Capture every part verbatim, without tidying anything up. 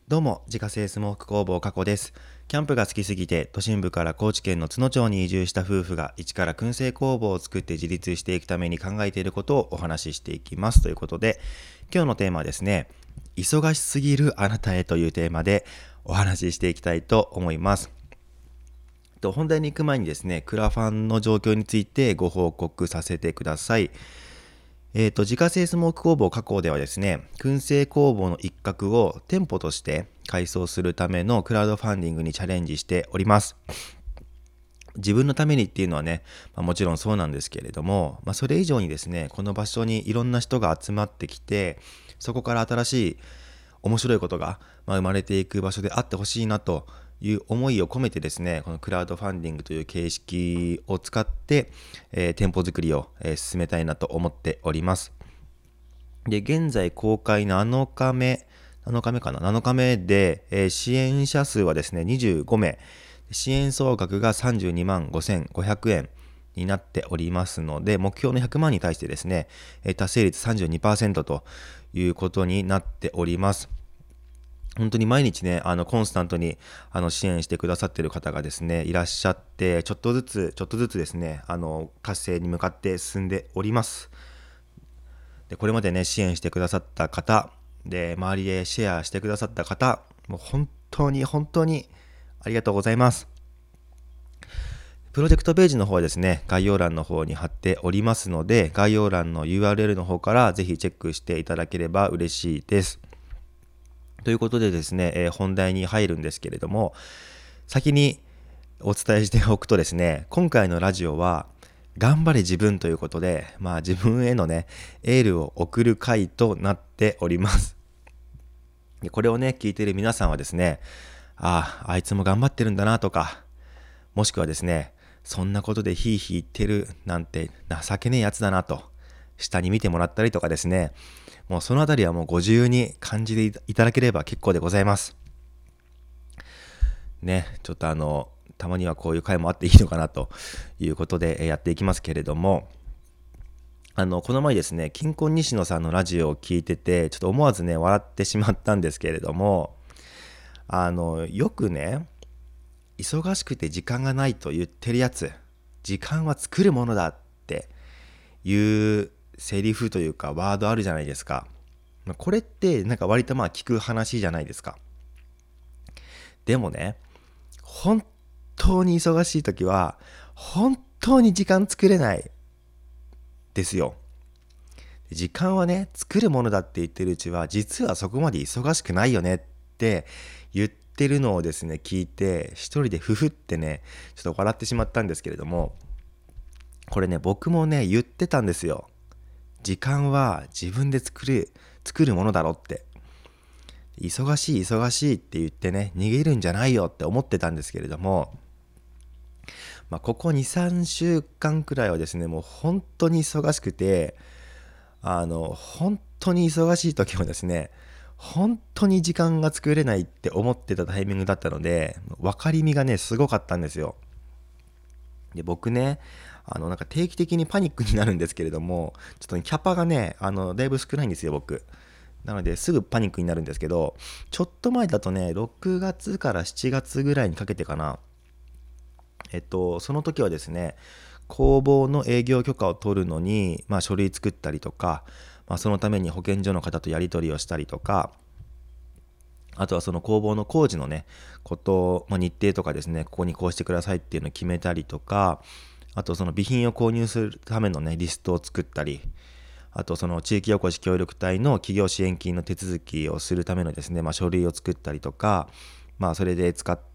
どうも、自家製スモーク工房加古です。キャンプが好きすぎて、都心部から高知県の津野町に移住した夫婦が、一から燻製工房を作って自立していくために考えていることをお話ししていきます。ということで、今日のテーマはですね、忙しすぎるあなたへというテーマでお話ししていきたいと思います。と本題に行く前にですね、クラファンの状況についてご報告させてください。えーと、自家製スモーク工房加工ではですね、燻製工房の一角を店舗として改装するためのクラウドファンディングにチャレンジしております。自分のためにっていうのはね、まあ、もちろんそうなんですけれども、まあ、それ以上にですね、この場所にいろんな人が集まってきて、そこから新しい面白いことが、まあ、生まれていく場所であってほしいなという思いを込めてですね、このクラウドファンディングという形式を使って、えー店舗作りを、えー進めたいなと思っております。で、現在公開なのかめ、なのかめかな ?なのかめで、えー支援者数はですね、にじゅうごめい、支援総額がさんじゅうにまんごせんごひゃくえんになっておりますので、目標のひゃくまんに対してですね、えー達成率さんじゅうにパーセントということになっております。本当に毎日ね、あの、コンスタントに、あの、支援してくださっている方がですね、いらっしゃって、ちょっとずつ、ちょっとずつですね、あの、達成に向かって進んでおります。で、これまでね、支援してくださった方、で、周りでシェアしてくださった方、もう本当に本当にありがとうございます。プロジェクトページの方はですね、概要欄の方に貼っておりますので、概要欄の ユーアールエル の方からぜひチェックしていただければ嬉しいです。ということでですね、えー本題に入るんですけれども、先にお伝えしておくとですね、今回のラジオは、頑張れ自分ということで、まあ自分へのね、エールを送る回となっております。でこれをね、聞いている皆さんはですね、ああ、あいつも頑張ってるんだなとか、もしくはですね、そんなことでヒーヒー言ってるなんて情けねえやつだなと、下に見てもらったりとかですね、もうそのあたりはもうご自由に感じていただければ結構でございます。ね、ちょっとあの、たまにはこういう回もあっていいのかなということでやっていきますけれども、あの、この前ですね、金婚西野さんのラジオを聞いてて、ちょっと思わずね、笑ってしまったんですけれども、あの、よくね、忙しくて時間がないと言ってるやつ、時間は作るものだっていうセリフというかワードあるじゃないですか。これってなんか割とまあ聞く話じゃないですか。でもね、本当に忙しい時は本当に時間作れないですよ。時間はね、作るものだって言ってるうちは実はそこまで忙しくないよねって言ってるのをですね、聞いて一人でふふってね、ちょっと笑ってしまったんですけれども、これね、僕もね、言ってたんですよ。時間は自分で作る、作るものだろって。忙しい忙しいって言ってね、逃げるんじゃないよって思ってたんですけれども、まあ、ここに、さんしゅうかんくらいはですね、もう本当に忙しくて、あの、本当に忙しい時もですね、本当に時間が作れないって思ってたタイミングだったので、分かりみがね、すごかったんですよ。で、僕ね、あの、なんか定期的にパニックになるんですけれども、ちょっとね、キャパがね、あの、だいぶ少ないんですよ、僕。なのですぐパニックになるんですけど、ちょっと前だとね、ろくがつからしちがつぐらいにかけてかな、えっと、その時はですね、工房の営業許可を取るのに、まあ、書類作ったりとか、まあ、そのために保健所の方とやり取りをしたりとか、あとはその工房の工事のね、こと、まあ、日程とかですね、ここにこうしてくださいっていうのを決めたりとか、あとその備品を購入するためのね、リストを作ったり、あとその地域おこし協力隊の企業支援金の手続きをするためのですね、まあ、書類を作ったりとか、まあ、それで使った、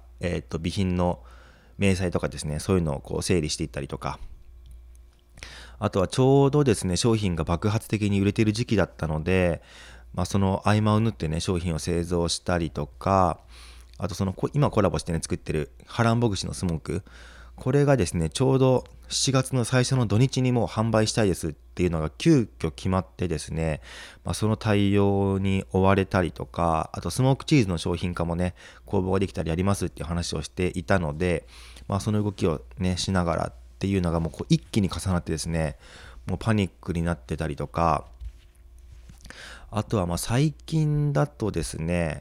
えー、と備品の明細とかですね、そういうのをこう整理していったりとか、あとはちょうどですね、商品が爆発的に売れている時期だったので、まあ、その合間を縫ってね、商品を製造したりとか、あとその今コラボしてね、作ってるハランボ串のスモーク、これがですね、ちょうどしちがつの最初の土日にもう販売したいですっていうのが急遽決まってですね、まあ、その対応に追われたりとか、あとスモークチーズの商品化もね、工房ができたらやりますっていう話をしていたので、まあ、その動きをね、しながらっていうのがもうこう一気に重なってですね、もうパニックになってたりとか、あとはまあ最近だとですね、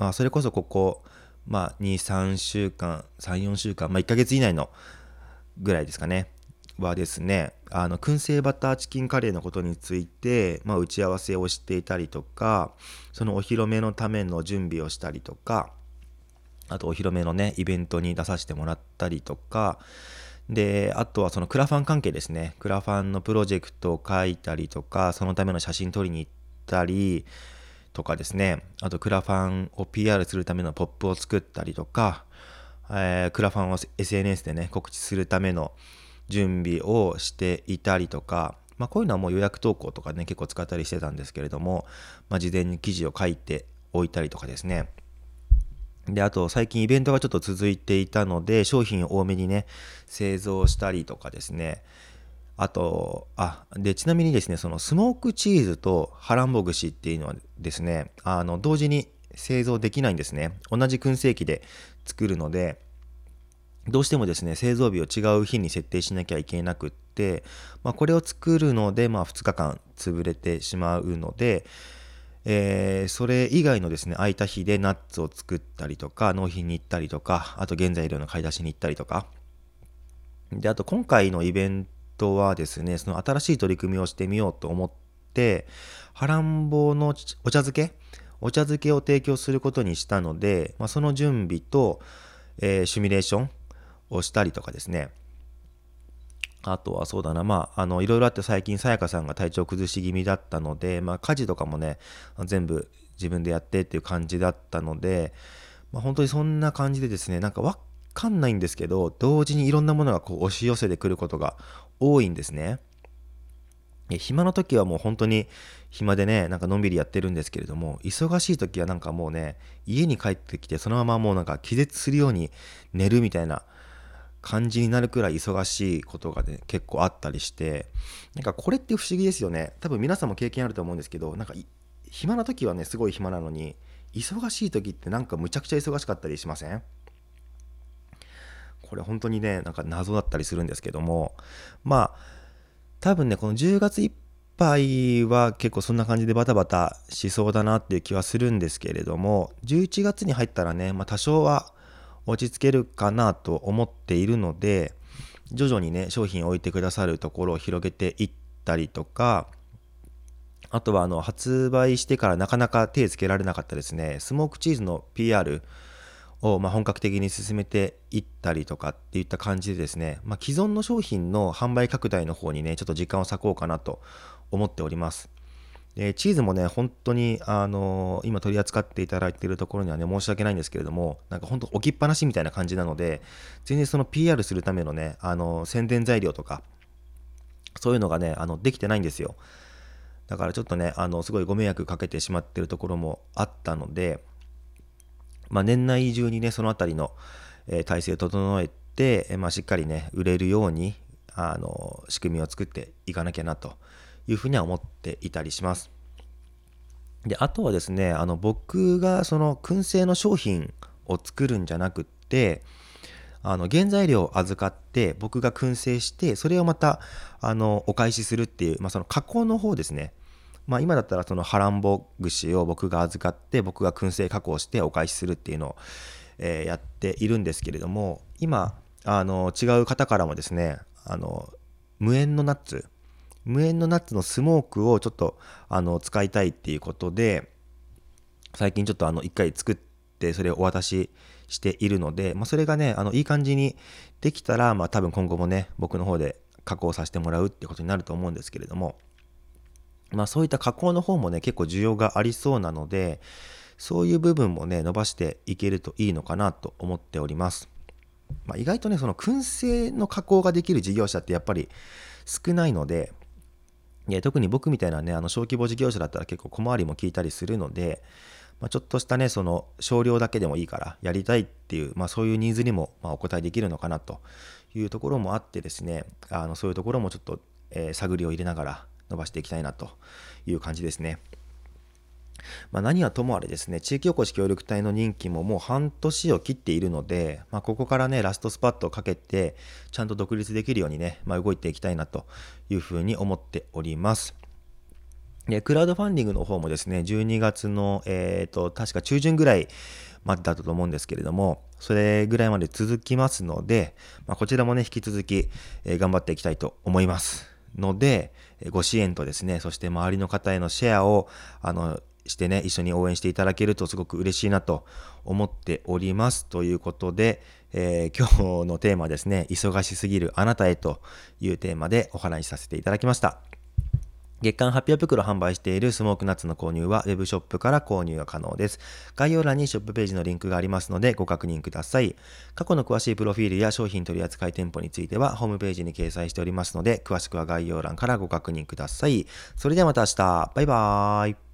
まあ、それこそここ、まあ、に、さんしゅうかん、さん、よんしゅうかん、まあ、いっかげつ以内のぐらいですかね、はですね、あの燻製バターチキンカレーのことについて、まあ、打ち合わせをしていたりとか、そのお披露目のための準備をしたりとか、あとお披露目のねイベントに出させてもらったりとかで、あとはそのクラファン関係ですね、クラファンのプロジェクトを書いたりとか、そのための写真撮りに行ったりとかですね、あとクラファンを ピーアール するためのポップを作ったりとか、えークラファンを エスエヌエス でね告知するための準備をしていたりとか、まあ、こういうのはもう予約投稿とかね結構使ったりしてたんですけれども、まあ、事前に記事を書いておいたりとかですね。で、あと最近イベントがちょっと続いていたので、商品を多めにね製造したりとかですね。あと、あ、で、ちなみにですね、そのスモークチーズとハランボ串っていうのはですね、あの、同時に製造できないんですね。同じ燻製機で作るので、どうしてもですね、製造日を違う日に設定しなきゃいけなくって、まあ、これを作るので、まあ、ふつかかん潰れてしまうので、えーそれ以外のですね、空いた日でナッツを作ったりとか、納品に行ったりとか、あと原材料の買い出しに行ったりとか、で、あと今回のイベントはですね、その新しい取り組みをしてみようと思って、ハランボのお茶漬けお茶漬けを提供することにしたので、まあ、その準備と、えーシミュレーションをしたりとかですね。あとはそうだな、まあ、あの、いろいろあって最近さやかさんが体調崩し気味だったので、まあ、家事とかもね、全部自分でやってっていう感じだったので、まあ、本当にそんな感じでですね、なんかわかんないんですけど、同時にいろんなものがこう押し寄せてくることが多いんですね。え暇の時はもう本当に暇でね、なんかのんびりやってるんですけれども、忙しい時はなんかもうね、家に帰ってきてそのままもうなんか気絶するように寝るみたいな感じになるくらい忙しいことがね、結構あったりして、なんかこれって不思議ですよね。多分皆さんも経験あると思うんですけど、なんかい暇な時はね、すごい暇なのに、忙しい時ってなんかむちゃくちゃ忙しかったりしません？これ本当にね、なんか謎だったりするんですけども、まあ、多分ね、このじゅうがついっぱいは結構そんな感じでバタバタしそうだなっていう気はするんですけれども、じゅういちがつに入ったらね、まあ多少は落ち着けるかなと思っているので、徐々にね、商品を置いてくださるところを広げていったりとか、あとはあの発売してからなかなか手つけられなかったですね、スモークチーズの ピーアール をまあ本格的に進めていったりとかっていった感じでですね、まあ、既存の商品の販売拡大の方にね、ちょっと時間を割こうかなと思っております。でチーズもね、本当に、あの今取り扱っていただいているところにはね、申し訳ないんですけれども、なんか本当置きっぱなしみたいな感じなので、全然その ピーアール するためのね、あの宣伝材料とか、そういうのがね、あのできてないんですよ。だからちょっとね、あのすごいご迷惑かけてしまっているところもあったので、まあ、年内中にね、そのあたりの、えー体制を整えて、えーまあ、しっかりね、売れるように、あの、仕組みを作っていかなきゃなというふうには思っていたりします。で、あとはですね、あの、僕がその燻製の商品を作るんじゃなくって、あの、原材料を預かって、僕が燻製して、それをまた、あの、お返しするっていう、まあ、その加工の方ですね。まあ、今だったらそのハランボ串を僕が預かって僕が燻製加工してお返しするっていうのを、えーやっているんですけれども、今あの違う方からもですね、あの無塩のナッツ無塩のナッツのスモークをちょっとあの使いたいっていうことで、最近ちょっとあの一回作ってそれをお渡ししているので、まあ、それがね、あのいい感じにできたら、まあ、多分今後もね僕の方で加工させてもらうっていうことになると思うんですけれども、まあそういった加工の方もね、結構需要がありそうなので、そういう部分もね、伸ばしていけるといいのかなと思っております。まあ、意外とね、その燻製の加工ができる事業者ってやっぱり少ないので、いや特に僕みたいなね、あの小規模事業者だったら結構小回りも効いたりするので、まあ、ちょっとしたね、その少量だけでもいいからやりたいっていう、まあそういうニーズにもまあお答えできるのかなというところもあってですね、あのそういうところもちょっと、えー探りを入れながら伸ばしていきたいなという感じですね。まあ、何はともあれですね、地域おこし協力隊の任期ももう半年を切っているので、まあ、ここからね、ラストスパットをかけて、ちゃんと独立できるようにね、まあ、動いていきたいなというふうに思っております。 で、クラウドファンディングの方もですね、じゅうにがつの、えっと、確か中旬ぐらいまでだったと思うんですけれども、それぐらいまで続きますので、まあ、こちらもね、引き続き、えー頑張っていきたいと思います。ので、えーご支援とですね、そして周りの方へのシェアを、あの、してね、一緒に応援していただけるとすごく嬉しいなと思っております。ということで、えー今日のテーマはですね、忙しすぎるあなたへというテーマでお話しさせていただきました。月間はっぴゃく袋販売しているスモークナッツの購入は Web ショップから購入が可能です。概要欄にショップページのリンクがありますのでご確認ください。過去の詳しいプロフィールや商品取扱店舗についてはホームページに掲載しておりますので、詳しくは概要欄からご確認ください。それではまた明日。バイバーイ。